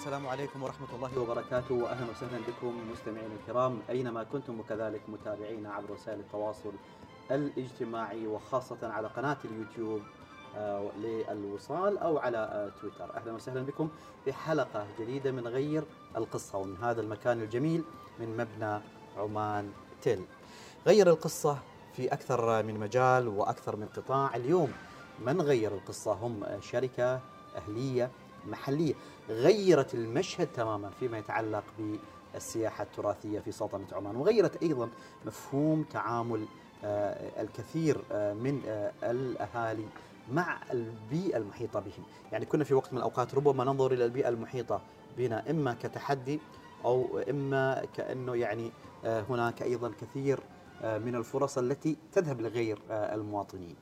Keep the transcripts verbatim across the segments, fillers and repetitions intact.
السلام عليكم ورحمة الله وبركاته، وأهلا وسهلا بكم مستمعينا الكرام أينما كنتم، وكذلك متابعينا عبر وسائل التواصل الاجتماعي وخاصة على قناة اليوتيوب آه للوصال أو على آه تويتر. أهلا وسهلا بكم في حلقة جديدة من غير القصة، ومن هذا المكان الجميل من مبنى عمان تل. غير القصة في أكثر من مجال وأكثر من قطاع. اليوم من غير القصة هم شركة أهلية محلية غيرت المشهد تماما فيما يتعلق بالسياحة التراثية في سلطنة عمان، وغيرت أيضا مفهوم تعامل آه الكثير آه من آه الأهالي مع البيئة المحيطة بهم. يعني كنا في وقت من الأوقات ربما ننظر إلى البيئة المحيطة بنا إما كتحدي أو إما كأنه يعني آه هناك أيضا كثير آه من الفرص التي تذهب لغير آه المواطنين.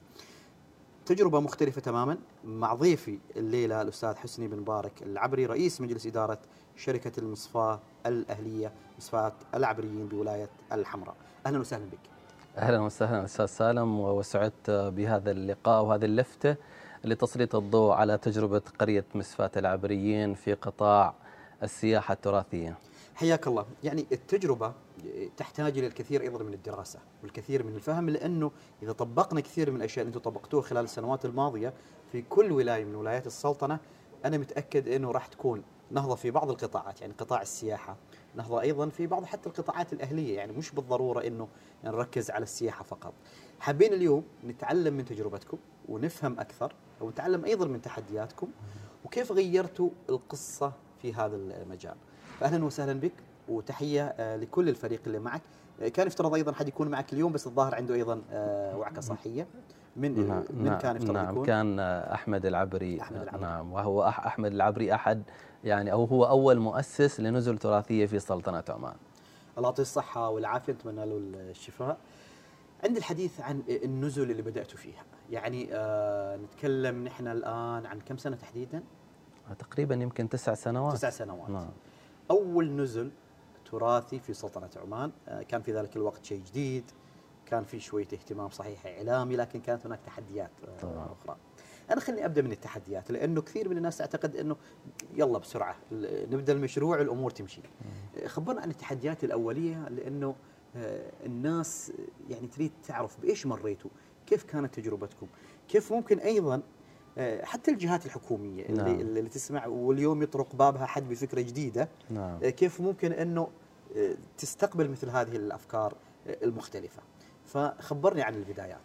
تجربة مختلفة تماما مع ضيفي الليلة الأستاذ حسني بن مبارك العبري، رئيس مجلس إدارة شركة المصفاة الأهلية مصفاة العبريين بولاية الحمراء. أهلا وسهلا بك. أهلا وسهلا أستاذ سالم، وسعدت بهذا اللقاء وهذه اللفتة لتسليط الضوء على تجربة قرية مصفاة العبريين في قطاع السياحة التراثية. حياك الله. يعني التجربة تحتاج إلى الكثير أيضا من الدراسة والكثير من الفهم، لأنه إذا طبقنا كثير من الأشياء اللي أنتم طبقتوها خلال السنوات الماضية في كل ولاية من ولايات السلطنة، أنا متأكد أنه راح تكون نهضة في بعض القطاعات، يعني قطاع السياحة، نهضة أيضا في بعض حتى القطاعات الأهلية، يعني مش بالضرورة أنه نركز على السياحة فقط. حابين اليوم نتعلم من تجربتكم ونفهم أكثر، ونتعلم أيضا من تحدياتكم وكيف غيرتوا القصة في هذا المجال. فأهلا وسهلا بك، وتحية لكل الفريق اللي معك. كان يفترض أيضا حد يكون معك اليوم، بس الظاهر عنده أيضا وعكة صحية. من نعم من كان يفترض نعم يكون؟ كان أحمد العبري. أحمد العبري. نعم، وهو أحمد العبري أحد يعني أو هو أول مؤسس لنزل تراثية في سلطنة عمان. الله يعطيه الصحة والعافية، نتمنى له الشفاء. عند الحديث عن النزل اللي بدأتوا فيها، يعني آه نتكلم نحن الآن عن كم سنة تحديدا؟ تقريبا يمكن تسع سنوات. تسع سنوات. نعم. أول نزل تراثي في سلطنة عمان، كان في ذلك الوقت شيء جديد، كان في شوية اهتمام صحيح إعلامي، لكن كانت هناك تحديات طبعا أخرى. أنا خليني أبدأ من التحديات، لأنه كثير من الناس تعتقد أنه يلا بسرعة نبدأ المشروع الأمور تمشي. خبرنا عن التحديات الأولية، لأنه الناس يعني تريد تعرف بإيش مريتوا، كيف كانت تجربتكم، كيف ممكن أيضا حتى الجهات الحكومية اللي, نعم. اللي تسمع واليوم يطرق بابها حد بفكرة جديدة، نعم. كيف ممكن أنه تستقبل مثل هذه الأفكار المختلفة. فخبرني عن البدايات.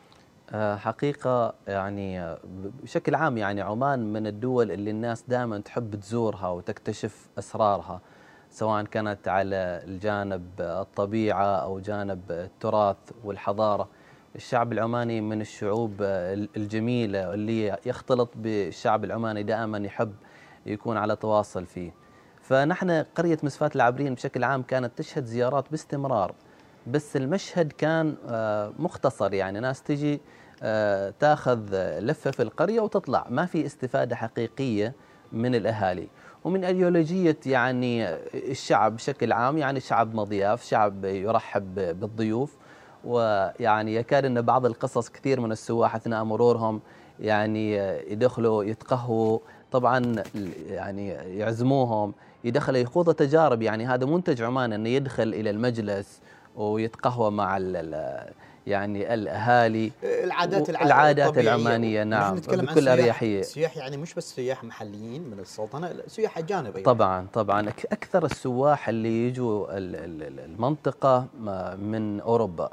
حقيقة يعني بشكل عام يعني عمان من الدول اللي الناس دائما تحب تزورها وتكتشف أسرارها، سواء كانت على الجانب الطبيعة أو جانب التراث والحضارة. الشعب العماني من الشعوب الجميلة اللي يختلط بالشعب العماني دائما يحب يكون على تواصل فيه. فنحن قرية مصفاة العبريين بشكل عام كانت تشهد زيارات باستمرار، بس المشهد كان مختصر، يعني ناس تجي تاخذ لفة في القرية وتطلع، ما في استفادة حقيقية من الأهالي ومن أيديولوجية يعني الشعب بشكل عام. يعني شعب مضياف، شعب يرحب بالضيوف، ويعني يكاد أن بعض القصص كثير من السواح أثناء مرورهم يعني يدخلوا يتقهوا، طبعا يعني يعزموهم، يدخل يخوض تجارب. يعني هذا منتج عمان أنه يدخل إلى المجلس ويتقهوى مع يعني الأهالي، العادات العادات العمانية. نعم، بكل أريحية. سياح يعني مش بس سياح محليين من السلطنة، سياح أجانب أيضا. طبعا طبعا أكثر السواح اللي يجوا المنطقة من أوروبا.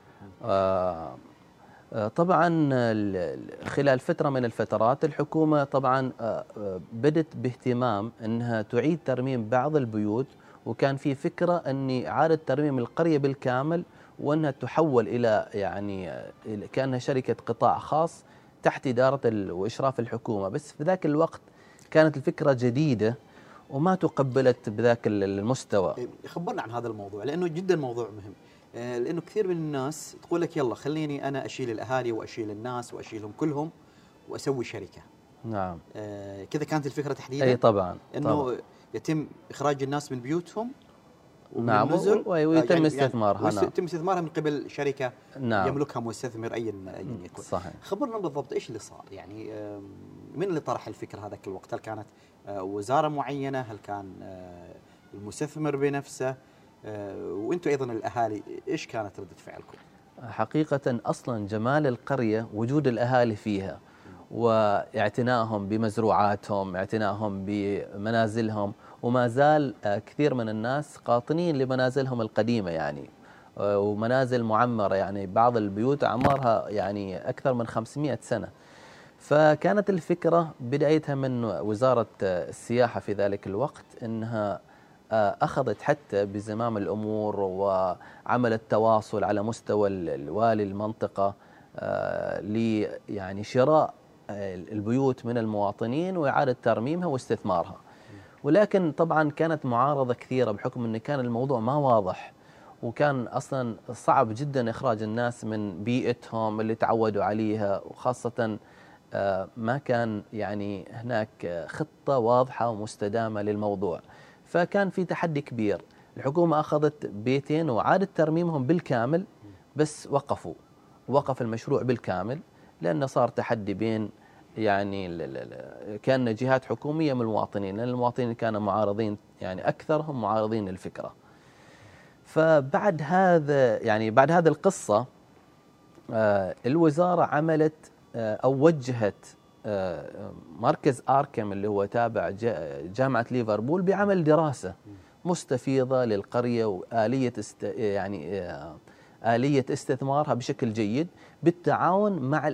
آه طبعا خلال فترة من الفترات الحكومة طبعا بدت باهتمام أنها تعيد ترميم بعض البيوت، وكان في فكرة أن إعادة ترميم القرية بالكامل وأنها تحول إلى يعني كأنها شركة قطاع خاص تحت إدارة وإشراف الحكومة. بس في ذاك الوقت كانت الفكرة جديدة وما تقبلت بذاك المستوى. خبرنا عن هذا الموضوع، لأنه جدا موضوع مهم، لأنه كثير من الناس تقول لك يلا خليني أنا أشيل الأهالي وأشيل الناس وأشيلهم كلهم وأسوي شركة. نعم. آه كذا كانت الفكرة تحديدا. أي طبعا. إنه طبعا. يتم إخراج الناس من بيوتهم نعم، ويتم يعني استثمارها. يعني يتم استثمارها من قبل شركة نعم. يملكها مستثمر أيا أيا يكون. صحيح. خبرنا بالضبط إيش اللي صار، يعني من اللي طرح الفكرة هذاك الوقت؟ هل كانت وزارة معينة؟ هل كان المستثمر بنفسه؟ وانتم ايضا الاهالي ايش كانت ردة فعلكم؟ حقيقة اصلا جمال القرية وجود الاهالي فيها واعتنائهم بمزروعاتهم، اعتنائهم بمنازلهم، وما زال كثير من الناس قاطنين لمنازلهم القديمة يعني، ومنازل معمرة، يعني بعض البيوت أعمارها يعني أكثر من خمسمئة سنة. فكانت الفكرة بدايتها من وزارة السياحة في ذلك الوقت، أنها أخذت حتى بزمام الأمور وعملت تواصل على مستوى الوالي المنطقة ل يعني شراء البيوت من المواطنين وإعادة ترميمها واستثمارها. ولكن طبعا كانت معارضة كثيرة بحكم أن كان الموضوع ما واضح، وكان أصلا صعب جدا إخراج الناس من بيئتهم اللي تعودوا عليها، وخاصة ما كان يعني هناك خطة واضحة ومستدامة للموضوع. فكان في تحدي كبير. الحكومة أخذت بيتين وعادت ترميمهم بالكامل، بس وقفوا وقف المشروع بالكامل لأنه صار تحدي بين يعني كان جهات حكومية من المواطنين، لأن المواطنين كانوا معارضين، يعني أكثرهم معارضين للفكرة. فبعد هذا يعني بعد هذه القصة الوزارة عملت أو وجهت مركز آركم اللي هو تابع جامعة ليفربول بعمل دراسة مستفيضة للقرية وآلية است يعني آلية استثمارها بشكل جيد بالتعاون مع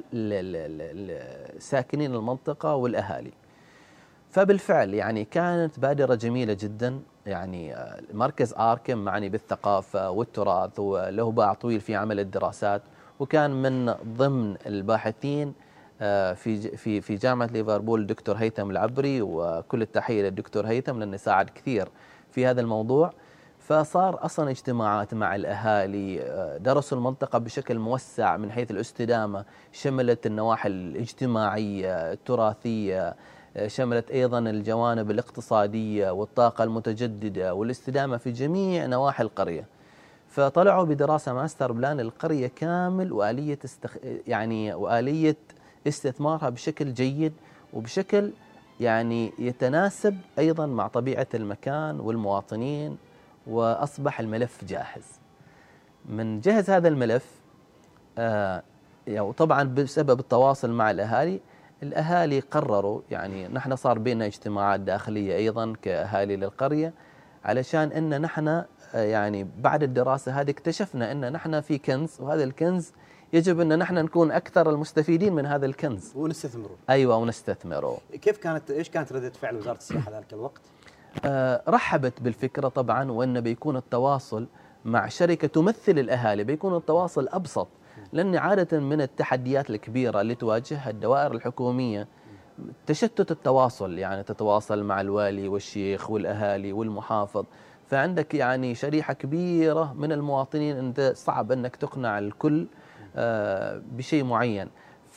ساكنين المنطقة والأهالي. فبالفعل يعني كانت بادرة جميلة جدا. يعني مركز آركم معني بالثقافة والتراث وله باع طويل في عمل الدراسات، وكان من ضمن الباحثين في في في جامعة ليفربول الدكتور هيثم العبري، وكل التحية للدكتور هيثم لأنه ساعد كثير في هذا الموضوع. فصار أصلا اجتماعات مع الأهالي، درسوا المنطقة بشكل موسع من حيث الاستدامة، شملت النواحي الاجتماعية التراثية، شملت أيضا الجوانب الاقتصادية والطاقة المتجددة والاستدامة في جميع نواحي القرية. فطلعوا بدراسة ماستر بلان للقرية كامل وآلية استخ... يعني وآلية استثمارها بشكل جيد وبشكل يعني يتناسب أيضا مع طبيعة المكان والمواطنين، وأصبح الملف جاهز. من جهز هذا الملف آه وطبعا بسبب التواصل مع الأهالي، الأهالي قرروا، يعني نحن صار بيننا اجتماعات داخلية أيضا كأهالي للقرية، علشان أن نحن يعني بعد الدراسة هذه اكتشفنا أن نحن في كنز، وهذا الكنز يجب أن نحن نكون أكثر المستفيدين من هذا الكنز ونستثمره. أيوة ونستثمره. كيف كانت إيش كانت ردة فعل وزارة السياحة ذلك الوقت؟ آه رحبت بالفكرة طبعا، وأن بيكون التواصل مع شركة تمثل الأهالي بيكون التواصل أبسط، لأن عادة من التحديات الكبيرة اللي تواجهها الدوائر الحكومية تشتت التواصل، يعني تتواصل مع الوالي والشيخ والأهالي والمحافظ، فعندك يعني شريحة كبيرة من المواطنين أنت صعب أنك تقنع الكل بشيء معين.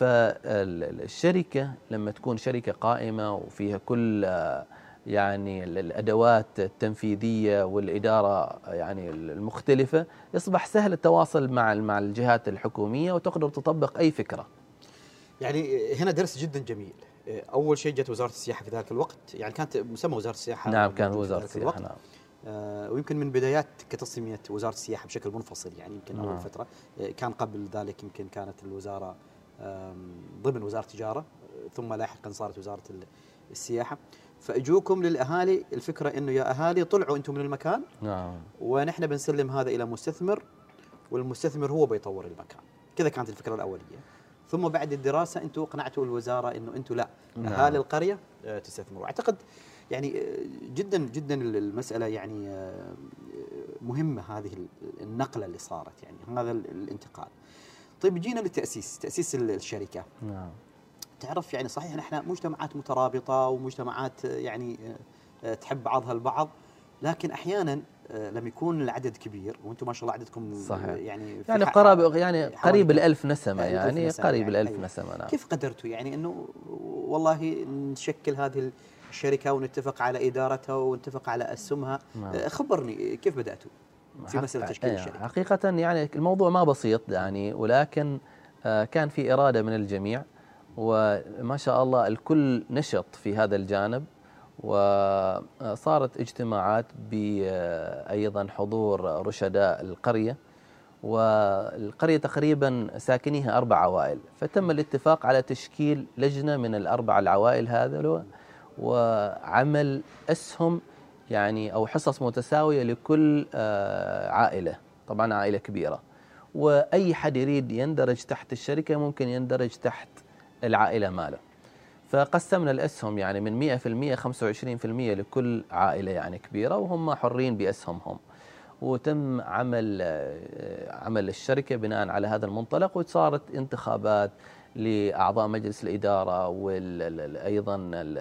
فالشركة لما تكون شركة قائمة وفيها كل يعني الأدوات التنفيذية والإدارة يعني المختلفة، يصبح سهل التواصل مع مع الجهات الحكومية وتقدر تطبق أي فكرة. يعني هنا درس جدا جميل. أول شيء جت وزارة السياحة في ذلك الوقت، يعني كانت مسمى وزارة السياحة. نعم كان وزارة السياحة. نعم. آه ويمكن من بدايات كتصمية وزارة السياحة بشكل منفصل، يعني يمكن أول نعم. فترة آه كان قبل ذلك يمكن كانت الوزارة آه ضمن وزارة التجارة، ثم لاحقا صارت وزارة السياحة. فاجوكم للأهالي الفكرة إنه يا أهالي طلعوا أنتم من المكان، نعم، ونحن بنسلم هذا إلى مستثمر، والمستثمر هو بيطور المكان. كذا كانت الفكرة الأولية. ثم بعد الدراسة أنتم قنعتوا الوزارة إنه أنتم لا، نعم. أهالي القرية تستثمروا. أعتقد يعني جدا جدا المسألة يعني مهمة هذه النقلة اللي صارت، يعني هذا الانتقال. طيب جينا للتأسيس، تأسيس الشركة. نعم. تعرف يعني صحيح نحن مجتمعات مترابطة ومجتمعات يعني تحب بعضها البعض، لكن أحيانا لما يكون العدد كبير، وانتم ما شاء الله عددكم صحيح. يعني يعني قرابة يعني قريب الألف نسمة، يعني قريب يعني الألف أيوة. نسمة. نعم. كيف قدرتوا يعني إنه والله نشكل هذه الشركة ونتفق على إدارتها ونتفق على أسهمها؟ نعم. خبرني كيف بدأتوا في مسألة تشكيل الشركة؟ حقيقة يعني الموضوع ما بسيط يعني، ولكن كان في إرادة من الجميع، وما شاء الله الكل نشط في هذا الجانب، وصارت اجتماعات بأيضا حضور رشداء القرية، والقرية تقريبا ساكنيها أربع عوائل، فتم الاتفاق على تشكيل لجنة من الأربع العوائل هذا وعمل أسهم يعني أو حصص متساوية لكل عائلة، طبعا عائلة كبيرة، وأي حد يريد يندرج تحت الشركة ممكن يندرج تحت العائلة ماله. فقسمنا الأسهم يعني من مئة بالمئة خمسة وعشرين بالمئة لكل عائلة يعني كبيرة، وهم حرين بأسهمهم. وتم عمل عمل الشركة بناء على هذا المنطلق، وصارت انتخابات لأعضاء مجلس الإدارة وأيضا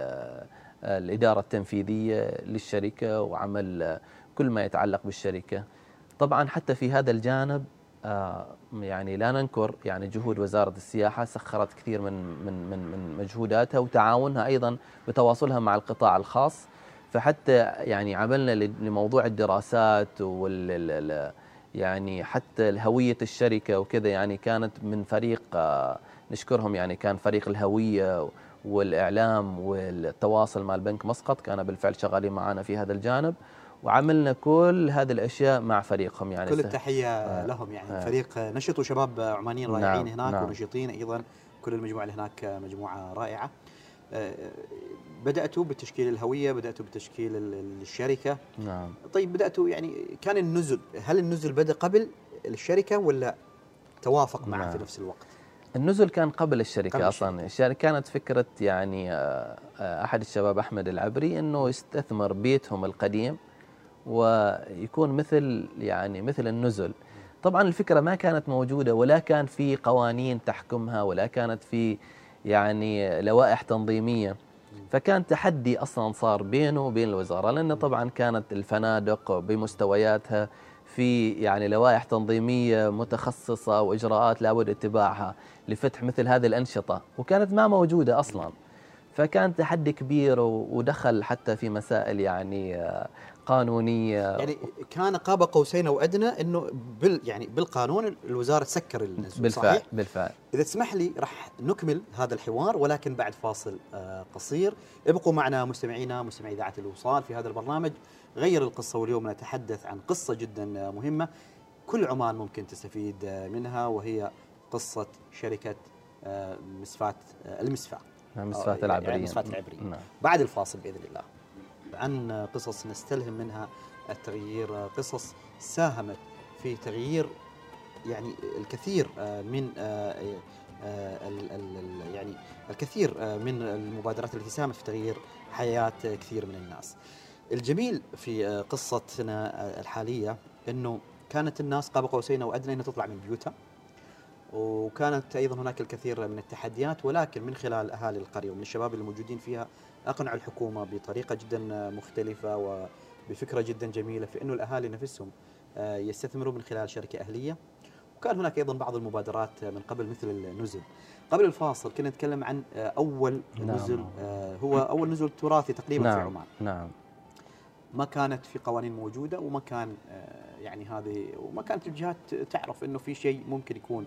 الإدارة التنفيذية للشركة، وعمل كل ما يتعلق بالشركة. طبعا حتى في هذا الجانب يعني لا ننكر يعني جهود وزارة السياحة، سخرت كثير من من من من مجهوداتها وتعاونها أيضا بتواصلها مع القطاع الخاص. فحتى يعني عملنا لموضوع الدراسات وال يعني حتى هوية الشركة وكذا، يعني كانت من فريق نشكرهم، يعني كان فريق الهوية والإعلام والتواصل مع البنك مسقط كان بالفعل شغالين معنا في هذا الجانب، وعملنا كل هذه الأشياء مع فريقهم. يعني كل التحية آه لهم، يعني آه فريق نشط وشباب عمانيين رائعين. نعم هناك نعم ونشيطين أيضا، كل المجموعة اللي هناك مجموعة رائعة. آه بدأتوا بتشكيل الهوية، بدأتوا بتشكيل الشركة. نعم. طيب بدأتوا يعني كان النزل، هل النزل بدأ قبل الشركة ولا توافق معه نعم. في نفس الوقت؟ النزل كان قبل الشركة قبل أصلا. الشركة كانت فكرة يعني أحد الشباب أحمد العبري أنه يستثمر بيتهم القديم ويكون مثل يعني مثل النزل. طبعا الفكرة ما كانت موجودة، ولا كان في قوانين تحكمها، ولا كانت في يعني لوائح تنظيمية. فكان تحدي أصلا صار بينه وبين الوزارة، لأن طبعا كانت الفنادق بمستوياتها في يعني لوائح تنظيمية متخصصة وإجراءات لابد اتباعها لفتح مثل هذه الأنشطة، وكانت ما موجودة أصلا. فكان تحدي كبير، ودخل حتى في مسائل يعني قانونية. يعني كان قاب قوسين أو أدنى أنه بال يعني بالقانون الوزارة تسكر النزول. بالفعل صحيح؟ بالفعل. إذا تسمح لي راح نكمل هذا الحوار، ولكن بعد فاصل قصير. ابقوا معنا مستمعينا مستمعي إذاعة الوصال في هذا البرنامج غير القصة، واليوم نتحدث عن قصة جدا مهمة كل عمان ممكن تستفيد منها، وهي قصة شركة مسفات المسفاة مسفات العبرية. يعني مسفات العبرية. نعم. بعد الفاصل بإذن الله عن قصص نستلهم منها التغيير، قصص ساهمت في تغيير يعني الكثير من يعني الكثير من المبادرات التي ساهمت في تغيير حياة كثير من الناس. الجميل في قصتنا الحالية أنه كانت الناس قاب قوسين أو أدنى أن تطلع من بيوتها، وكانت أيضا هناك الكثير من التحديات، ولكن من خلال أهالي القرية ومن الشباب الموجودين فيها أقنعوا الحكومة بطريقة جدا مختلفة وبفكرة جدا جميلة في أنه الأهالي نفسهم يستثمروا من خلال شركة أهلية. وكان هناك أيضا بعض المبادرات من قبل مثل النزل. قبل الفاصل كنا نتكلم عن أول نعم. نزل هو أول نزل تراثي تقريبا نعم. في عمان. نعم. ما كانت في قوانين موجودة، وما كان يعني هذه وما كانت الجهات تعرف أنه في شيء ممكن يكون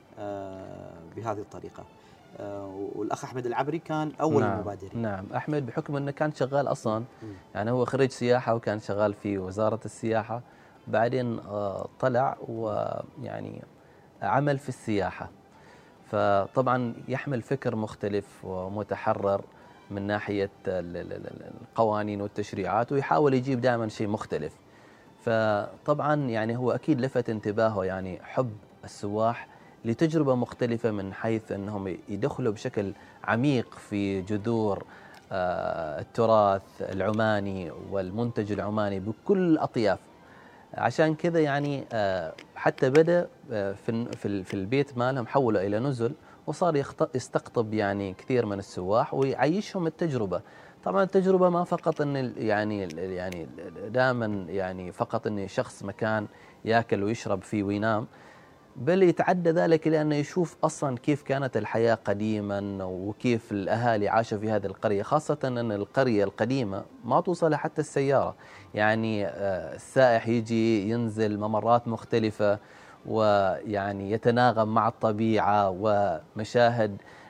بهذه الطريقة. والأخ أحمد العبري كان أول نعم. المبادرين. نعم. أحمد بحكم أنه كان شغال أصلا م. يعني هو خريج سياحة وكان شغال في وزارة السياحة، بعدين طلع ويعني عمل في السياحة، فطبعا يحمل فكر مختلف ومتحرر من ناحية القوانين والتشريعات، ويحاول يجيب دائما شيء مختلف. فطبعا يعني هو أكيد لفت انتباهه يعني حب السواح لتجربة مختلفة، من حيث أنهم يدخلوا بشكل عميق في جذور التراث العماني والمنتج العماني بكل أطياف. عشان كذا يعني حتى بدأ في في البيت مالهم حوله إلى نزل، وصار يستقطب يعني كثير من السواح ويعيشهم التجربة. طبعا التجربة ما فقط ان يعني يعني دائما يعني فقط ان شخص مكان ياكل ويشرب فيه وينام، بل يتعدى ذلك لأنه يشوف أصلا كيف كانت الحياة قديما، وكيف الأهالي عاشوا في هذه القرية، خاصة أن القرية القديمة ما توصل حتى السيارة. يعني السائح يجي ينزل ممرات مختلفة، ويعني يتناغم مع الطبيعة ومشاهد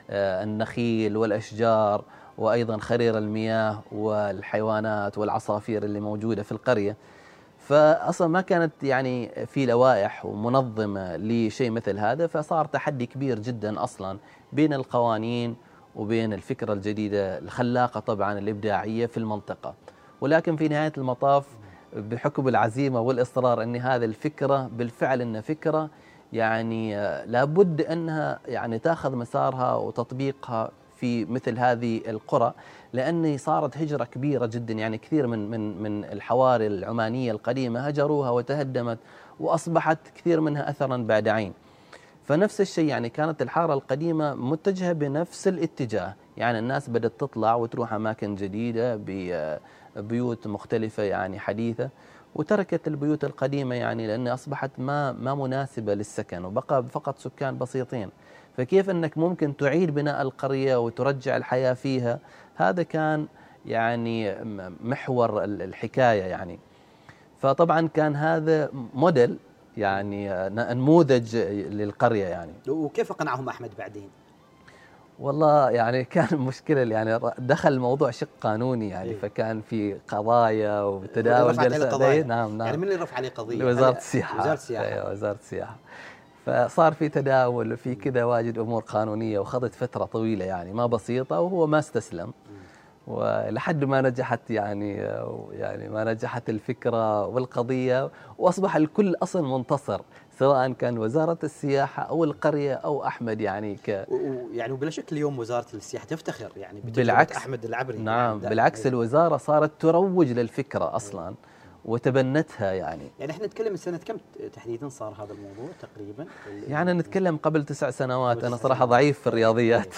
النخيل والأشجار وأيضا خرير المياه والحيوانات والعصافير اللي موجودة في القرية. فأصلا ما كانت يعني في لوائح ومنظمة لشيء مثل هذا، فصار تحدي كبير جدا أصلا بين القوانين وبين الفكرة الجديدة الخلاقة طبعا الإبداعية في المنطقة. ولكن في نهاية المطاف بحكم العزيمة والإصرار أن هذه الفكرة بالفعل أنها فكرة يعني لابد أنها يعني تأخذ مسارها وتطبيقها في مثل هذه القرى، لأن صارت هجرة كبيرة جدا. يعني كثير من من من الحواري العمانية القديمة هجروها وتهدمت وأصبحت كثير منها أثرا بعد عين. فنفس الشيء يعني كانت الحارة القديمة متجهة بنفس الاتجاه، يعني الناس بدأت تطلع وتروح أماكن جديدة ببيوت مختلفة يعني حديثة، وتركت البيوت القديمة يعني لأن أصبحت ما ما مناسبة للسكن وبقى فقط سكان بسيطين. فكيف أنك ممكن تعيد بناء القرية وترجع الحياة فيها؟ هذا كان يعني محور الحكاية يعني. فطبعا كان هذا موديل يعني نموذج للقرية يعني. وكيف قنعهم أحمد بعدين؟ والله يعني كان مشكلة يعني دخل الموضوع شق قانوني يعني إيه؟ فكان في قضايا وتداول جلسة. نعم نعم. يعني من اللي رفع عليه قضية؟ وزارة السياحة. وزارة السياحة. أيوة وزارة السياحة. فصار في تداول وفي كذا واجد أمور قانونية، وخذت فترة طويلة يعني ما بسيطة، وهو ما استسلم ولحد ما نجحت يعني يعني ما نجحت الفكرة والقضية، وأصبح الكل أصلا منتصر، سواء كان وزارة السياحة أو القرية أو أحمد يعني ك يعني وبلا شك اليوم وزارة السياحة تفتخر يعني بتجربة أحمد العبري. نعم يعني بالعكس الوزارة صارت تروج للفكرة أصلا وتبنتها يعني. يعني احنا نتكلم من سنة كم تحديدا صار هذا الموضوع تقريبا؟ يعني نتكلم قبل تسع سنوات. أنا صراحة ضعيف في الرياضيات.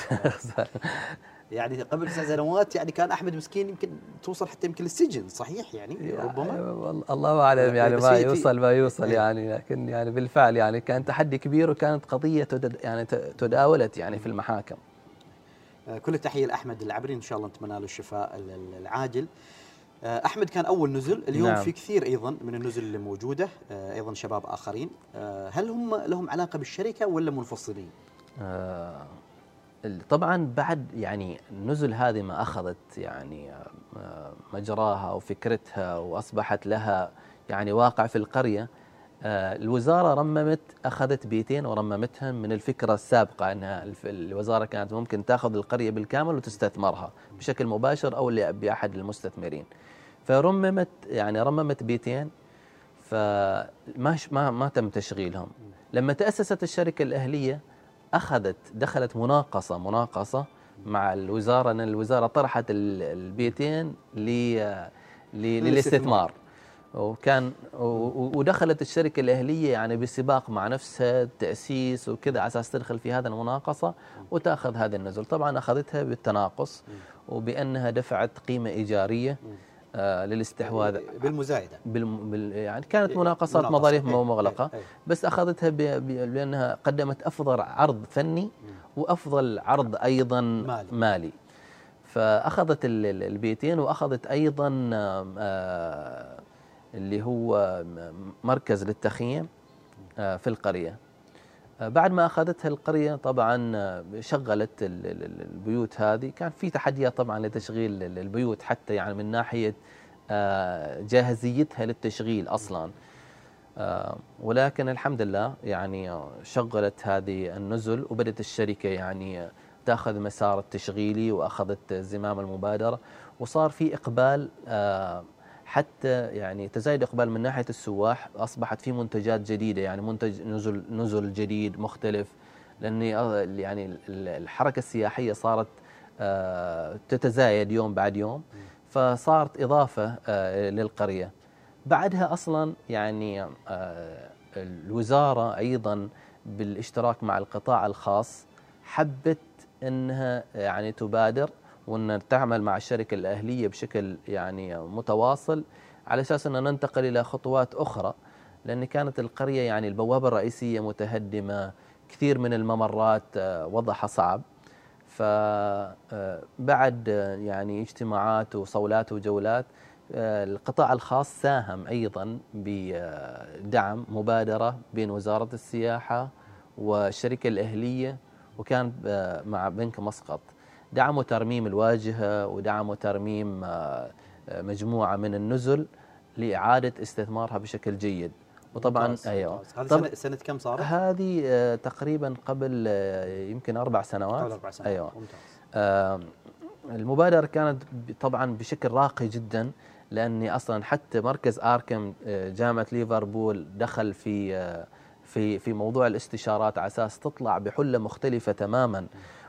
يعني قبل تسع سنوات يعني كان أحمد مسكين يمكن توصل حتى يمكن للسجن، صحيح يعني ربما؟ يعني الله أعلم يعني ما يوصل ما يوصل يعني، لكن يعني بالفعل يعني كان تحدي كبير، وكانت قضية يعني تداولت يعني في المحاكم. كل التحية لأحمد العبري، إن شاء الله نتمنى له الشفاء العاجل. أحمد كان أول نزل، اليوم نعم. في كثير أيضا من النزل اللي موجودة أيضا شباب آخرين، هل هم لهم علاقة بالشركة ولا منفصلين؟ آه طبعا بعد يعني النزل هذه ما أخذت يعني مجراها وفكرتها وأصبحت لها يعني واقع في القرية، الوزارة رممت أخذت بيتين ورممتها من الفكرة السابقة أنها الوزارة كانت ممكن تأخذ القرية بالكامل وتستثمرها بشكل مباشر أو بأحد المستثمرين. فرممت يعني رممت بيتين، فما ما ما تم تشغيلهم. لما تأسست الشركة الأهلية أخذت دخلت مناقصة مناقصة مع الوزارة، أن الوزارة طرحت البيتين للاستثمار، وكان ودخلت الشركة الأهلية يعني بسباق مع نفسها تأسيس وكذا على أساس تدخل في هذا المناقصة وتأخذ هذا النزل. طبعا أخذتها بالتناقص وبأنها دفعت قيمة إيجارية آه للاستحواذ بالمزايدة بال يعني كانت مناقصات مظاريف مغلقة، بس أخذتها بأنها قدمت أفضل عرض فني وأفضل عرض أيضا مالي, مالي. فأخذت البيتين وأخذت أيضا آه اللي هو مركز للتخييم آه في القرية. بعد ما أخذتها القرية طبعا شغلت البيوت هذه، كان في تحديات طبعا لتشغيل البيوت حتى يعني من ناحية جاهزيتها للتشغيل أصلا، ولكن الحمد لله يعني شغلت هذه النزل وبدأت الشركة يعني تأخذ مسار التشغيلي وأخذت زمام المبادرة، وصار في إقبال حتى يعني تزايد إقبال من ناحية السواح. أصبحت في منتجات جديدة يعني منتج نزل نزل جديد مختلف، لأن يعني الحركة السياحية صارت تتزايد يوم بعد يوم، فصارت إضافة للقرية. بعدها أصلا يعني الوزارة أيضا بالاشتراك مع القطاع الخاص حبت أنها يعني تبادر وأن تعمل مع الشركة الأهلية بشكل يعني متواصل على أساس أن ننتقل إلى خطوات أخرى، لأن كانت القرية يعني البوابة الرئيسية متهدمة، كثير من الممرات وضعها صعب. فبعد يعني اجتماعات وصولات وجولات القطاع الخاص ساهم أيضا بدعم مبادرة بين وزارة السياحة والشركة الأهلية وكان مع بنك مسقط. دعموا ترميم الواجهة ودعموا ترميم مجموعة من النزل لإعادة استثمارها بشكل جيد. وطبعا ممتاز. ايوه هذه سنة, سنة كم صارت؟ هذه تقريبا قبل يمكن أربع سنوات. قبل أربع سنوات. ايوه ممتاز. آه المبادرة كانت طبعا بشكل راقي جدا، لأني أصلا حتى مركز آركم جامعة ليفربول دخل في في في موضوع الاستشارات على أساس تطلع بحلة مختلفة تماما،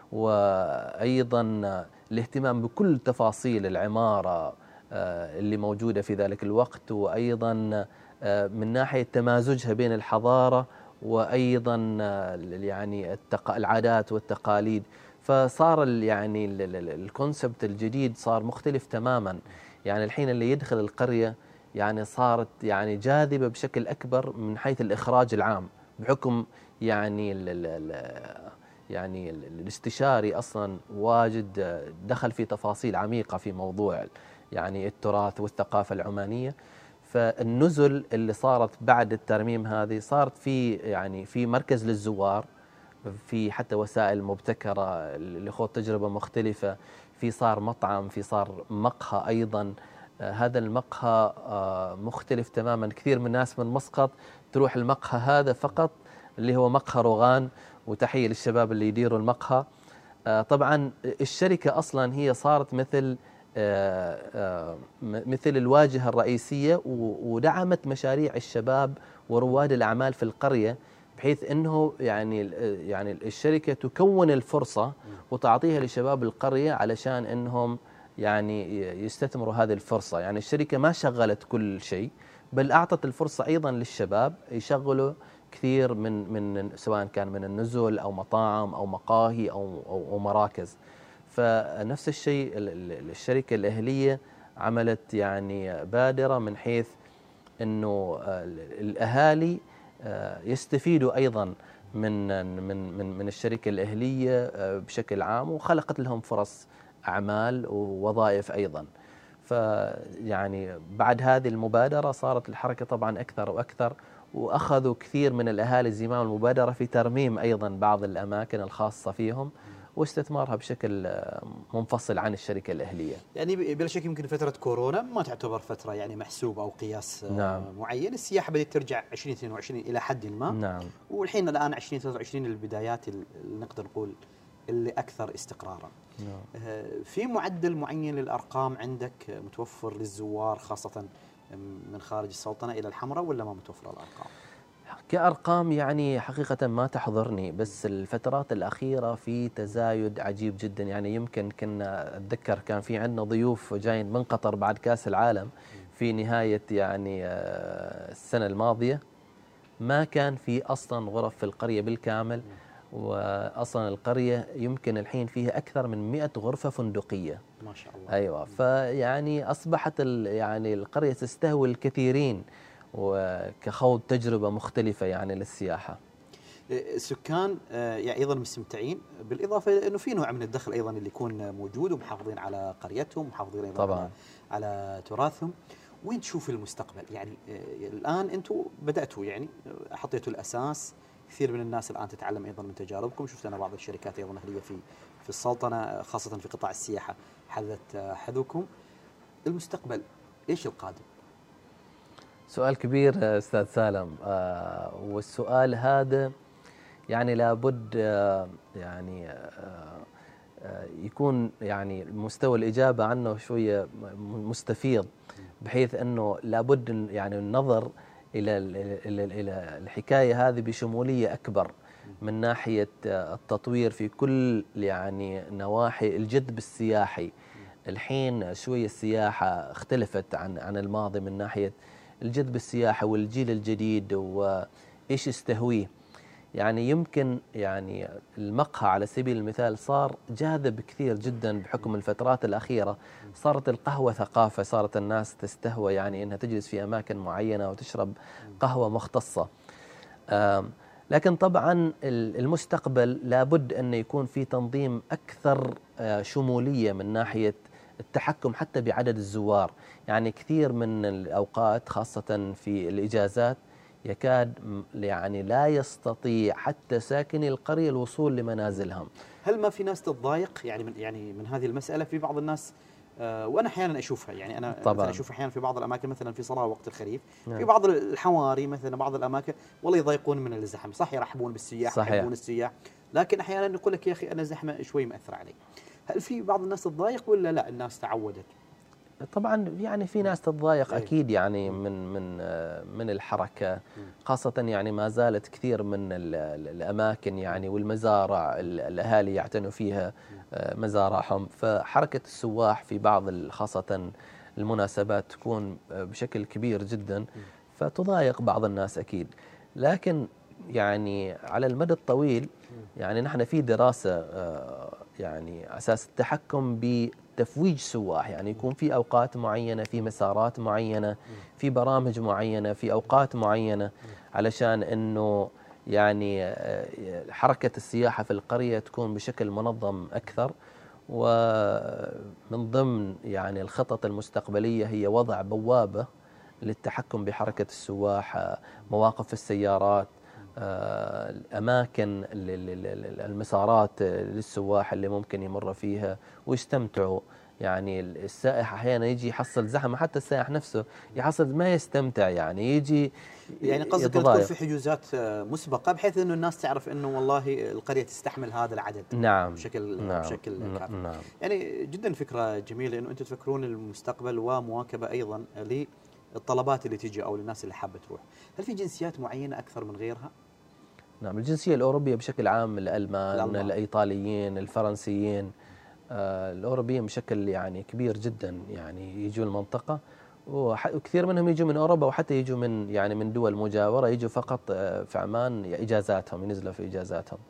وأيضا الاهتمام بكل تفاصيل العمارة اللي موجودة في ذلك الوقت، وأيضا من ناحية تمازجها بين الحضارة وأيضا يعني العادات والتقاليد. فصار يعني الكونسبت الجديد صار مختلف تماما. يعني الحين اللي يدخل القرية يعني صارت يعني جاذبة بشكل أكبر من حيث الإخراج العام، بحكم يعني ال ال يعني الاستشاري أصلا واجد دخل في تفاصيل عميقة في موضوع يعني التراث والثقافة العمانية. فالنزل اللي صارت بعد الترميم هذه صارت في يعني في مركز للزوار، في حتى وسائل مبتكرة لخوض تجربة مختلفة، في صار مطعم، في صار مقهى أيضا. آه هذا المقهى آه مختلف تماما. كثير من الناس من مسقط تروح المقهى هذا فقط اللي هو مقهى روغان، وتحية للشباب اللي يديروا المقهى. آه طبعا الشركة أصلا هي صارت مثل آه آه مثل الواجهة الرئيسية، ودعمت مشاريع الشباب ورواد الأعمال في القرية، بحيث انه يعني يعني الشركه تكون الفرصه وتعطيها لشباب القريه علشان انهم يعني يستثمروا هذه الفرصه. يعني الشركه ما شغلت كل شيء، بل اعطت الفرصه ايضا للشباب يشغلوا كثير من من سواء كان من النزل او مطاعم او مقاهي او او, أو مراكز. فنفس الشيء الشركه الاهليه عملت يعني بادره من حيث انه الاهالي يستفيدوا أيضا من من من من الشركة الأهلية بشكل عام، وخلقت لهم فرص أعمال ووظائف أيضا. فيعني بعد هذه المبادرة صارت الحركة طبعا أكثر وأكثر، وأخذوا كثير من الأهالي زمام المبادرة في ترميم أيضا بعض الأماكن الخاصة فيهم واستثمارها بشكل منفصل عن الشركة الأهلية. يعني بلا شك يمكن فترة كورونا ما تعتبر فترة يعني محسوبة أو قياس نعم. معين. السياحة بدأت ترجع عشرين اثنين وعشرين إلى حد ما. نعم. والحين الآن عشرين ثلاثة وعشرين البدايات اللي نقدر نقول اللي أكثر استقرارا. نعم. في معدل معين للأرقام عندك متوفر للزوار خاصة من خارج السلطنة إلى الحمراء، ولا ما متوفرة الأرقام؟ كأرقام يعني حقيقة ما تحضرني، بس الفترات الأخيرة في تزايد عجيب جدا. يعني يمكن كنا أتذكر كان في عندنا ضيوف جايين من قطر بعد كأس العالم في نهاية يعني السنة الماضية، ما كان في أصلا غرف في القرية بالكامل، وأصلا القرية يمكن الحين فيها أكثر من مئة غرفة فندقية ما شاء الله. أيوة. فيعني أصبحت يعني القرية تستهوي الكثيرين وكخوض تجربة مختلفة يعني للسياحة. السكان يعني أيضا مستمتعين، بالإضافة إلى أنه في نوع من الدخل أيضا اللي يكون موجود، ومحافظين على قريتهم، محافظين أيضا طبعا على, على تراثهم. وين تشوف المستقبل؟ يعني الآن أنتم بدأتوا يعني حطيتوا الأساس، كثير من الناس الآن تتعلم أيضا من تجاربكم. شفت أنا بعض الشركات أيضا أهلية في في السلطنة خاصة في قطاع السياحة حذت حذوكم. المستقبل إيش القادم؟ سؤال كبير أستاذ سالم، آه والسؤال هذا يعني لابد آه يعني آه يكون يعني مستوى الإجابة عنه شوية مستفيض، بحيث أنه لابد يعني النظر إلى إلى إلى الحكاية هذه بشمولية أكبر من ناحية التطوير في كل يعني نواحي الجذب السياحي. الحين شوية السياحة اختلفت عن عن الماضي من ناحية الجذب السياحي والجيل الجديد وإيش يستهويه. يعني يمكن يعني المقهى على سبيل المثال صار جاذب كثير جدا بحكم الفترات الأخيرة. صارت القهوة ثقافة، صارت الناس تستهوى يعني أنها تجلس في أماكن معينة وتشرب قهوة مختصة. لكن طبعا المستقبل لابد أن يكون في تنظيم أكثر شمولية من ناحية التحكم حتى بعدد الزوار. يعني كثير من الأوقات خاصة في الإجازات يكاد يعني لا يستطيع حتى ساكني القرية الوصول لمنازلهم. هل ما في ناس تتضايق يعني من يعني من هذه المسألة؟ في بعض الناس آه وانا احيانا اشوفها، يعني انا طبعا مثلا اشوف احيانا في بعض الاماكن مثلا في صلاة وقت الخريف، نعم. في بعض الحواري مثلا بعض الاماكن والله يضايقون من الزحمه، صح يرحبون بالسياح يحبون السياح، لكن احيانا يقول لك يا اخي انا زحمه شوي مأثر علي. هل في بعض الناس تتضايق ولا لا الناس تعودت؟ طبعا يعني في ناس تتضايق أيه. اكيد يعني من من من الحركه، خاصه يعني ما زالت كثير من الاماكن يعني والمزارع الاهالي يعتنوا فيها مزارعهم، فحركه السواح في بعض خاصه المناسبات تكون بشكل كبير جدا، فتضايق بعض الناس اكيد. لكن يعني على المدى الطويل يعني نحن في دراسه يعني اساس التحكم ب تفويج سواح، يعني يكون في أوقات معينة، في مسارات معينة، في برامج معينة، في أوقات معينة، علشان أنه يعني حركة السياحة في القرية تكون بشكل منظم أكثر. ومن ضمن يعني الخطط المستقبلية هي وضع بوابة للتحكم بحركة السواح، مواقف السيارات، أماكن المسارات للسواح اللي ممكن يمر فيها ويستمتعوا. يعني السائح أحيانا يجي يحصل زحمة، حتى السائح نفسه يحصل ما يستمتع، يعني يجي يعني قصدك أن تكون في حجوزات مسبقة بحيث أنه الناس تعرف أنه والله القرية تستحمل هذا العدد. نعم بشكل نعم بشكل كافي. نعم. يعني جدا فكرة جميلة أنه أنتم تفكرون المستقبل ومواكبة أيضا للطلبات اللي تجي أو للناس اللي حابة تروح. هل في جنسيات معينة أكثر من غيرها؟ نعم، الجنسية الأوروبية بشكل عام، الألمان, الألمان. الإيطاليين، الفرنسيين، آه الأوروبيين بشكل يعني كبير جدا يعني يجوا المنطقة، وكثير منهم يجوا من أوروبا وحتى يجوا من يعني من دول مجاورة، يجوا فقط في عمان إجازاتهم، ينزلوا في إجازاتهم.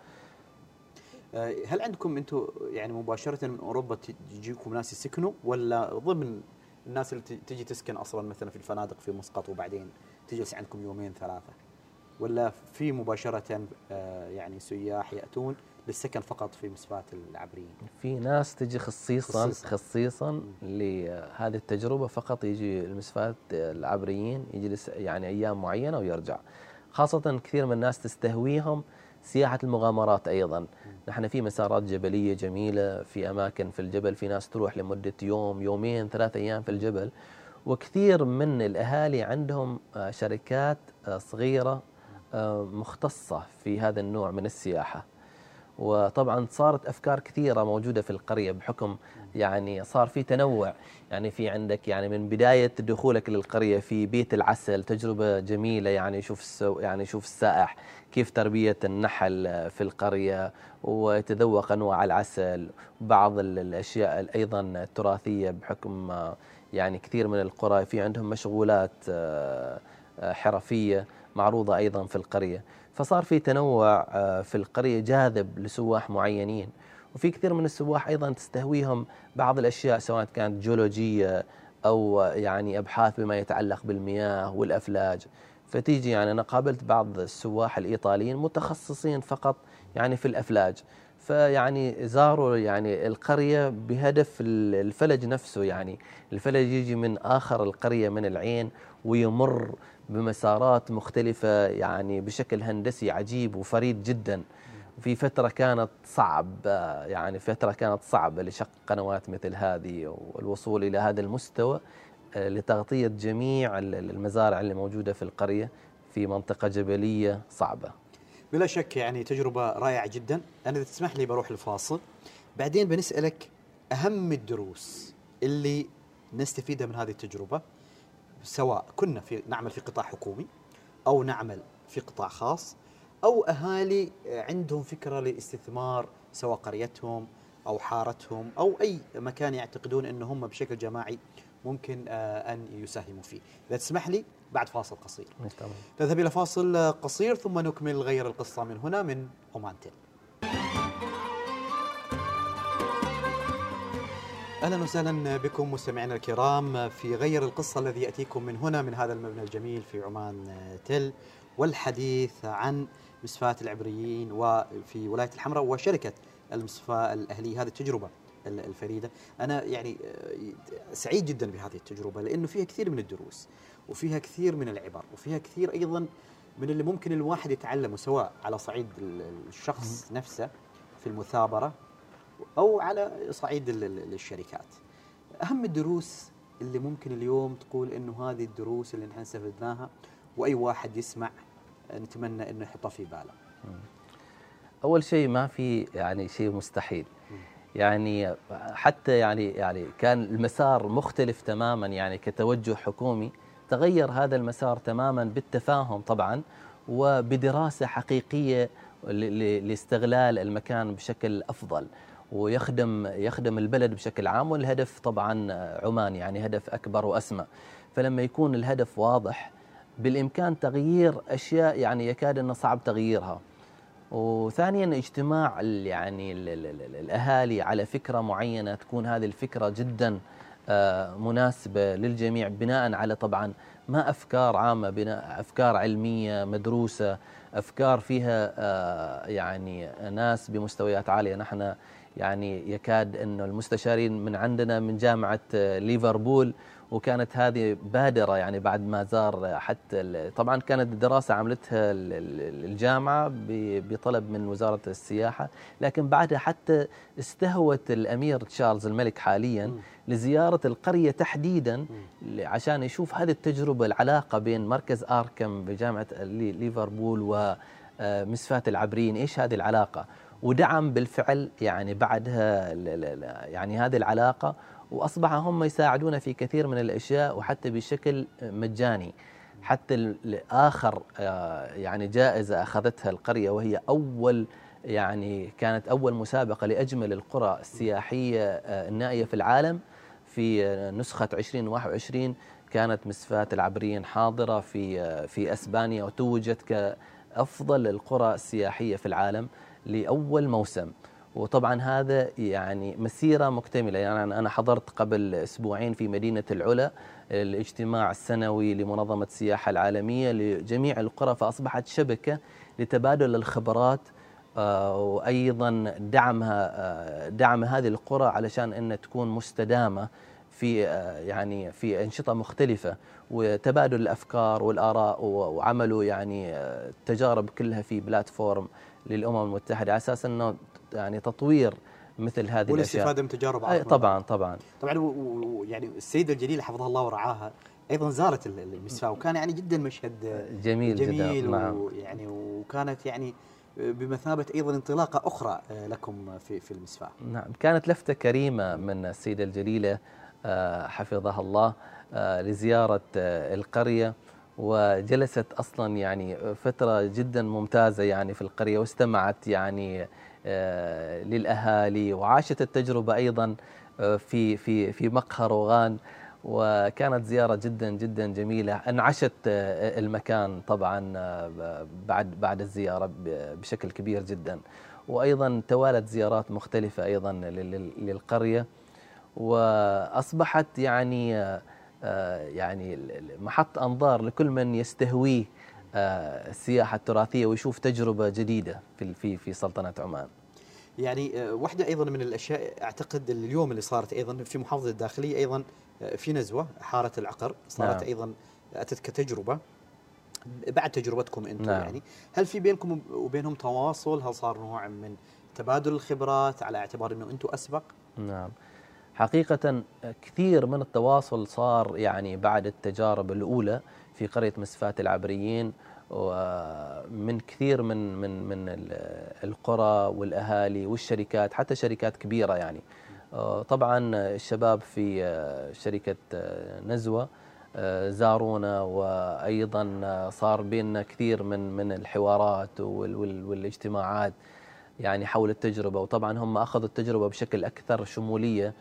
هل عندكم أنتم يعني مباشرة من أوروبا تجيكم ناس يسكنوا، ولا ضمن الناس اللي تجي تسكن أصلا مثلا في الفنادق في مسقط وبعدين تجلس عندكم يومين ثلاثة، ولا في مباشرة يعني سياح يأتون للسكن فقط في مسفات العبريين؟ في ناس تجي خصيصا خصيصا, خصيصاً لهذه التجربة فقط، يجي المسفات العبريين يجلس يعني أيام معينة ويرجع. خاصة كثير من الناس تستهويهم سياحة المغامرات أيضا. نحن في مسارات جبلية جميلة في أماكن في الجبل، في ناس تروح لمدة يوم يومين ثلاثة أيام في الجبل، وكثير من الأهالي عندهم شركات صغيرة مختصة في هذا النوع من السياحة. وطبعا صارت أفكار كثيرة موجودة في القرية بحكم يعني صار في تنوع. يعني في عندك يعني من بداية دخولك للقرية في بيت العسل، تجربة جميلة، يعني شوف السو يعني شوف السائح كيف تربية النحل في القرية ويتذوق أنواع العسل، بعض الأشياء أيضا التراثية بحكم يعني كثير من القرى في عندهم مشغولات حرفية معروضة أيضا في القرية. فصار في تنوع في القرية جاذب لسواح معينين، وفي كثير من السواح أيضا تستهويهم بعض الأشياء سواء كانت جيولوجية أو يعني أبحاث بما يتعلق بالمياه والأفلاج. فتيجي يعني أنا قابلت بعض السواح الإيطاليين متخصصين فقط يعني في الأفلاج، فيعني زاروا يعني القرية بهدف الفلج نفسه. يعني الفلج يجي من آخر القرية من العين ويمر بمسارات مختلفة يعني بشكل هندسي عجيب وفريد جدا. في فترة كانت صعب يعني فترة كانت صعبة لشق قنوات مثل هذه والوصول إلى هذا المستوى لتغطية جميع المزارع اللي موجودة في القرية في منطقة جبلية صعبة. بلا شك يعني تجربة رائعة جدا. أنا إذا تسمح لي بروح الفاصل، بعدين بنسألك أهم الدروس اللي نستفيدها من هذه التجربة، سواء كنا في نعمل في قطاع حكومي أو نعمل في قطاع خاص أو أهالي عندهم فكرة لاستثمار سواء قريتهم أو حارتهم أو أي مكان يعتقدون أنهم بشكل جماعي ممكن أن يساهموا فيه. إذا تسمح لي بعد فاصل قصير تذهب إلى فاصل قصير ثم نكمل غير القصة من هنا من عمان تل. أهلا وسهلا بكم مستمعينا الكرام في غير القصة الذي يأتيكم من هنا من هذا المبنى الجميل في عمان تل، والحديث عن مسفات العبريين وفي ولاية الحمراء وشركة المسفاة الأهلية. هذه التجربة الفريدة، أنا يعني سعيد جدا بهذه التجربة لأنه فيها كثير من الدروس وفيها كثير من العبر وفيها كثير أيضا من اللي ممكن الواحد يتعلمه، سواء على صعيد الشخص نفسه في المثابرة أو على صعيد الشركات. أهم الدروس اللي ممكن اليوم تقول إنه هذه الدروس اللي نحن استفدناها وأي واحد يسمع نتمنى إنه يحطها في باله. أول شيء ما في يعني شيء مستحيل، يعني حتى يعني يعني كان المسار مختلف تماما، يعني كتوجه حكومي تغير هذا المسار تماما بالتفاهم طبعا وبدراسة حقيقية لاستغلال المكان بشكل أفضل ويخدم يخدم البلد بشكل عام، والهدف طبعا عمان يعني هدف أكبر وأسمى. فلما يكون الهدف واضح بالإمكان تغيير أشياء يعني يكاد أنه صعب تغييرها. وثانيا اجتماع يعني ال ال ال الأهالي على فكرة معينة، تكون هذه الفكرة جدا مناسبة للجميع بناء على طبعا ما أفكار عامة، بناء أفكار علمية مدروسة، أفكار فيها يعني ناس بمستويات عالية. نحن يعني يكاد أنه المستشارين من عندنا من جامعة ليفربول، وكانت هذه بادرة يعني بعد ما زار، حتى طبعا كانت الدراسة عملتها الجامعة بطلب من وزارة السياحة، لكن بعدها حتى استهوت الأمير تشارلز الملك حاليا لزيارة القرية تحديدا عشان يشوف هذه التجربة، العلاقة بين مركز آركم بجامعة ليفربول ومسفات العبريين، إيش هذه العلاقة، ودعم بالفعل يعني بعدها يعني هذه العلاقة، وأصبح هم يساعدون في كثير من الأشياء وحتى بشكل مجاني. حتى آخر يعني جائزة أخذتها القرية، وهي أول يعني كانت أول مسابقة لأجمل القرى السياحية النائية في العالم في نسخة عشرين واحد وعشرين، كانت مسفات العبريين حاضرة في في أسبانيا وتوجت كأفضل القرى السياحية في العالم لأول موسم. وطبعا هذا يعني مسيرة مكتملة. يعني أنا حضرت قبل أسبوعين في مدينة العلا الاجتماع السنوي لمنظمة السياحة العالمية لجميع القرى، فأصبحت شبكة لتبادل الخبرات وأيضا دعمها دعم هذه القرى علشان أن تكون مستدامة في يعني في أنشطة مختلفة وتبادل الأفكار والآراء، وعملوا يعني تجارب كلها في بلاتفورم للأمم المتحدة على أساس أنه يعني تطوير مثل هذه الأشياء والاستفادة من تجارب أي طبعا طبعا طبعا. ويعني السيدة الجليلة حفظها الله ورعاها أيضا زارت المسفاة، وكان يعني جدا مشهد جميل جميل جدا. نعم. ويعني وكانت يعني بمثابة أيضا انطلاقة أخرى لكم في في المسفاة. نعم، كانت لفتة كريمة من السيدة الجليلة حفظها الله لزيارة القرية، وجلست أصلا يعني فترة جدا ممتازة يعني في القرية، واستمعت يعني للأهالي، وعاشت التجربة أيضا في في في مقهى روغان، وكانت زيارة جدا جدا جميلة. انعشت المكان طبعا بعد بعد الزيارة بشكل كبير جدا، وأيضا توالت زيارات مختلفة أيضا للقرية، وأصبحت يعني يعني محط أنظار لكل من يستهويه السياحة التراثية ويشوف تجربة جديدة في في في سلطنة عمان. يعني واحدة أيضا من الأشياء أعتقد اليوم اللي صارت أيضا في محافظة الداخلية، أيضا في نزوة حارة العقر صارت. نعم. أيضا أتت كتجربة بعد تجربتكم أنتم. نعم. يعني هل في بينكم وبينهم تواصل؟ هل صار نوع من تبادل الخبرات على اعتبار أنه أنتم أسبق؟ نعم، حقيقة كثير من التواصل صار يعني بعد التجارب الأولى في قرية مسفات العبريين، ومن كثير من من من القرى والأهالي والشركات، حتى شركات كبيرة. يعني طبعا الشباب في شركة نزوة زارونا، وأيضا صار بيننا كثير من من الحوارات والاجتماعات يعني حول التجربة. وطبعا هم أخذوا التجربة بشكل أكثر شمولية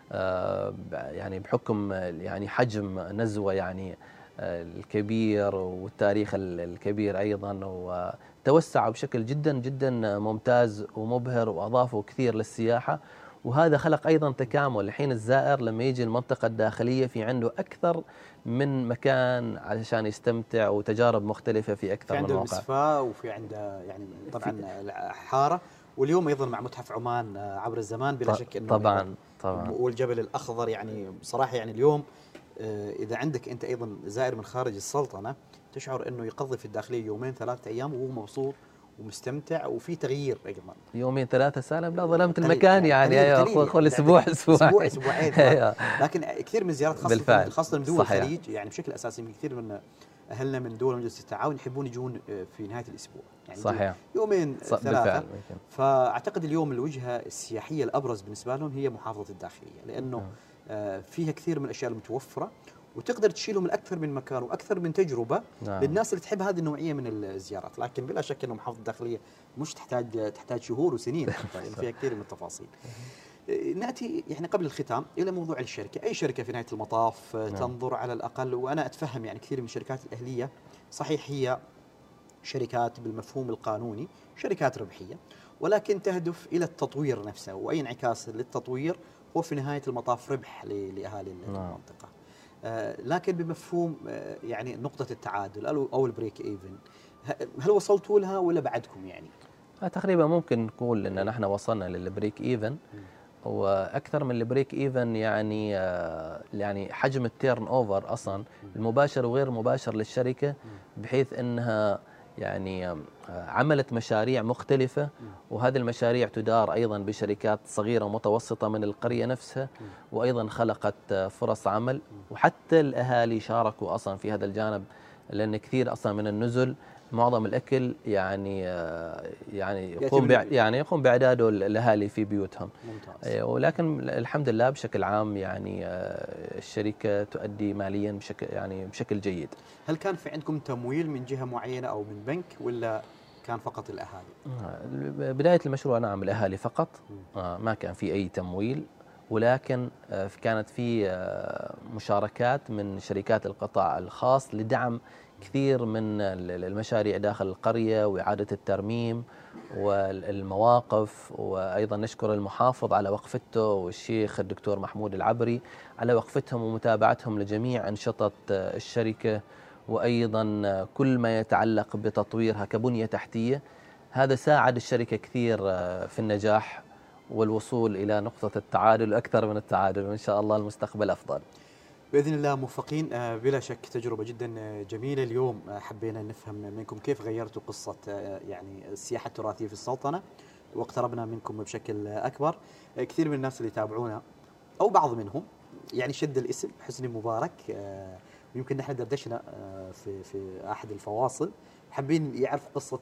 يعني بحكم يعني حجم نزوة يعني الكبير والتاريخ الكبير أيضا، وتوسعوا بشكل جدا جدا ممتاز ومبهر، وأضافوا كثير للسياحة، وهذا خلق أيضا تكامل. الحين الزائر لما يجي المنطقة الداخلية في عنده أكثر من مكان علشان يستمتع، وتجارب مختلفة في أكثر في من موقع. عنده المسفاة وفي عنده يعني طبعا حارة، واليوم أيضا مع متحف عمان عبر الزمان بلا شك أنه طبعا طبعا والجبل الأخضر. يعني بصراحة يعني اليوم إذا عندك أنت أيضا زائر من خارج السلطنة تشعر انه يقضي في الداخليه يومين ثلاثة ايام وهو مبسوط ومستمتع وفي تغيير ايضا. يومين ثلاثه سالم؟ لا ظلمت المكان يعني يا اخوي، خل اسبوع اسبوع اسبوع اسبوعين لكن كثير من الزيارات خاصه بالفعل. خاصه من دول الخليج يعني بشكل اساسي من كثير من اهلنا من دول مجلس التعاون يحبون يجون في نهايه الاسبوع يعني صحيح يومين ثلاثه. فاعتقد اليوم الوجهه السياحيه الابرز بالنسبه لهم هي محافظه الداخليه، لانه آه فيها كثير من الاشياء المتوفره وتقدر تشيلهم لاكثر من مكان واكثر من تجربه نعم. للناس اللي تحب هذه النوعيه من الزيارات. لكن بلا شك انه محافظه الداخليه مش تحتاج تحتاج شهور وسنين لان فيها كثير من التفاصيل. ناتي يعني قبل الختام الى موضوع الشركه، اي شركه في نهايه المطاف نعم. تنظر على الاقل، وانا اتفهم يعني كثير من الشركات الاهليه صحيح هي شركات بالمفهوم القانوني شركات ربحيه، ولكن تهدف الى التطوير نفسه، واي انعكاس للتطوير هو في نهايه المطاف ربح لاهالي نعم. المنطقه. آه لكن بمفهوم آه يعني نقطه التعادل او البريك ايفن، هل وصلتوا لها ولا بعدكم يعني؟ تقريبا ممكن نقول ان نحن وصلنا للبريك ايفن، واكثر من البريك ايفن يعني يعني حجم التيرن اوفر اصلا المباشر وغير المباشر للشركه، بحيث انها يعني عملت مشاريع مختلفه، وهذه المشاريع تدار ايضا بشركات صغيره ومتوسطه من القريه نفسها، وايضا خلقت فرص عمل، وحتى الاهالي شاركوا اصلا في هذا الجانب، لان كثير اصلا من النزل معظم الاكل يعني يعني يقوم يعني يقوم باعداده الاهالي في بيوتهم. ممتاز. ولكن الحمد لله بشكل عام يعني الشركه تؤدي ماليا بشكل يعني بشكل جيد. هل كان في عندكم تمويل من جهه معينه او من بنك ولا كان فقط الاهالي؟ بدايه المشروع نعم الاهالي فقط، ما كان في اي تمويل، ولكن كانت في مشاركات من شركات القطاع الخاص لدعم كثير من المشاريع داخل القرية وإعادة الترميم والمواقف. وأيضا نشكر المحافظ على وقفته والشيخ الدكتور محمود العبري على وقفتهم ومتابعتهم لجميع أنشطة الشركة، وأيضا كل ما يتعلق بتطويرها كبنية تحتية. هذا ساعد الشركة كثير في النجاح والوصول إلى نقطة التعادل وأكثر من التعادل، وإن شاء الله المستقبل أفضل بإذن الله موفقين. بلا شك تجربة جدا جميلة. اليوم حبينا نفهم منكم كيف غيرتوا قصة يعني السياحة التراثية في السلطنة، واقتربنا منكم بشكل أكبر. كثير من الناس اللي يتابعونا أو بعض منهم يعني شد الاسم حسني مبارك، ويمكن نحن دردشنا في في أحد الفواصل، حابين يعرفوا قصة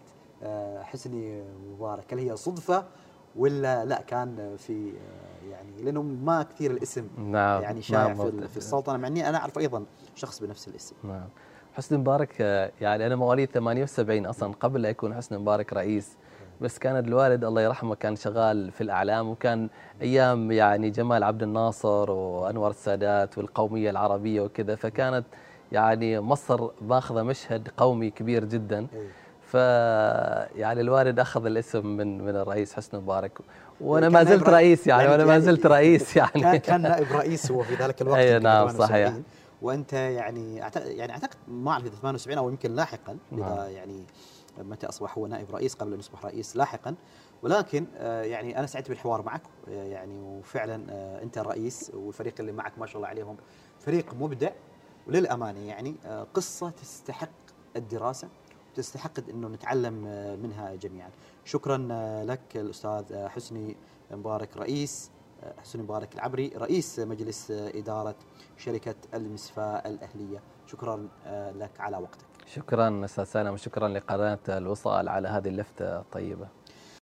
حسني مبارك، هل هي صدفة ولا لا كان في يعني لانه ما كثير الاسم نعم يعني شائع في, في السلطنه، مع اني انا اعرف ايضا شخص بنفس الاسم. نعم. حسني مبارك يعني انا مواليد ثمانية وسبعين اصلا قبل لا يكون حسني مبارك رئيس، بس كان الوالد الله يرحمه كان شغال في الاعلام، وكان ايام يعني جمال عبد الناصر وانور السادات والقوميه العربيه وكذا، فكانت يعني مصر ماخذه مشهد قومي كبير جدا. ف يعني الوالد اخذ الاسم من من الرئيس حسني مبارك، وانا ما زلت رئيس يعني وانا ما زلت رئيس يعني كان نائب رئيس هو في ذلك الوقت. اي نعم صحيح. وانت يعني أعتقد يعني اعتقد ما اعرف اذا ثمانية وسبعين او يمكن لاحقا اذا يعني متى اصبح هو نائب رئيس قبل ان يصبح رئيس لاحقا، ولكن يعني انا سعدت بالحوار معك يعني، وفعلا انت الرئيس والفريق اللي معك ما شاء الله عليهم فريق مبدع، وللامانه يعني قصه تستحق الدراسه، تستحق انه نتعلم منها جميعا. شكرا لك الاستاذ حسني مبارك رئيس حسني مبارك العبري رئيس مجلس اداره شركه المسفاه الاهليه، شكرا لك على وقتك. شكرا استاذ سالم، وشكرا لقناه الوصال على هذه اللفته الطيبه.